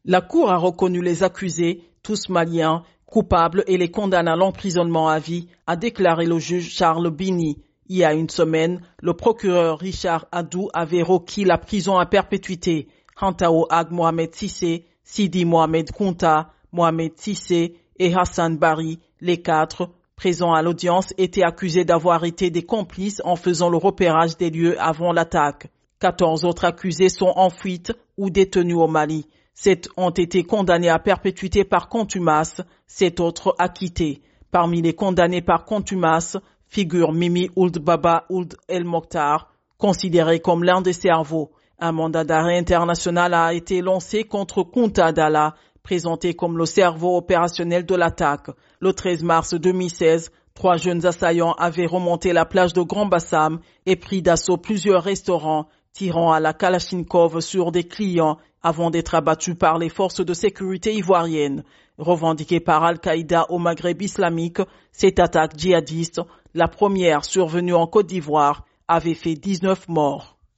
La Cour a reconnu les accusés, tous maliens, coupables et les condamne à l'emprisonnement à vie, a déclaré le juge Charles Bini. Il y a une semaine, le procureur Richard Adou avait requis la prison à perpétuité. Hantao Ag Mohamed Sissé, Sidi Mohamed Kounta, Mohamed Sissé et Hassan Bari, les quatre, présents à l'audience, étaient accusés d'avoir été des complices en faisant le repérage des lieux avant l'attaque. 14 autres accusés sont en fuite ou détenus au Mali. 7 ont été condamnés à perpétuité par contumace, 7 autres acquittés. Parmi les condamnés par contumace figure Mimi Ould Baba Ould El Mokhtar, considéré comme l'un des cerveaux. Un mandat d'arrêt international a été lancé contre Kounta Dalla, présenté comme le cerveau opérationnel de l'attaque. Le 13 mars 2016, 3 jeunes assaillants avaient remonté la plage de Grand Bassam et pris d'assaut plusieurs restaurants, tirant à la Kalachnikov sur des clients avant d'être abattus par les forces de sécurité ivoiriennes. Revendiquée par Al-Qaïda au Maghreb islamique, cette attaque djihadiste, la première survenue en Côte d'Ivoire, avait fait 19 morts.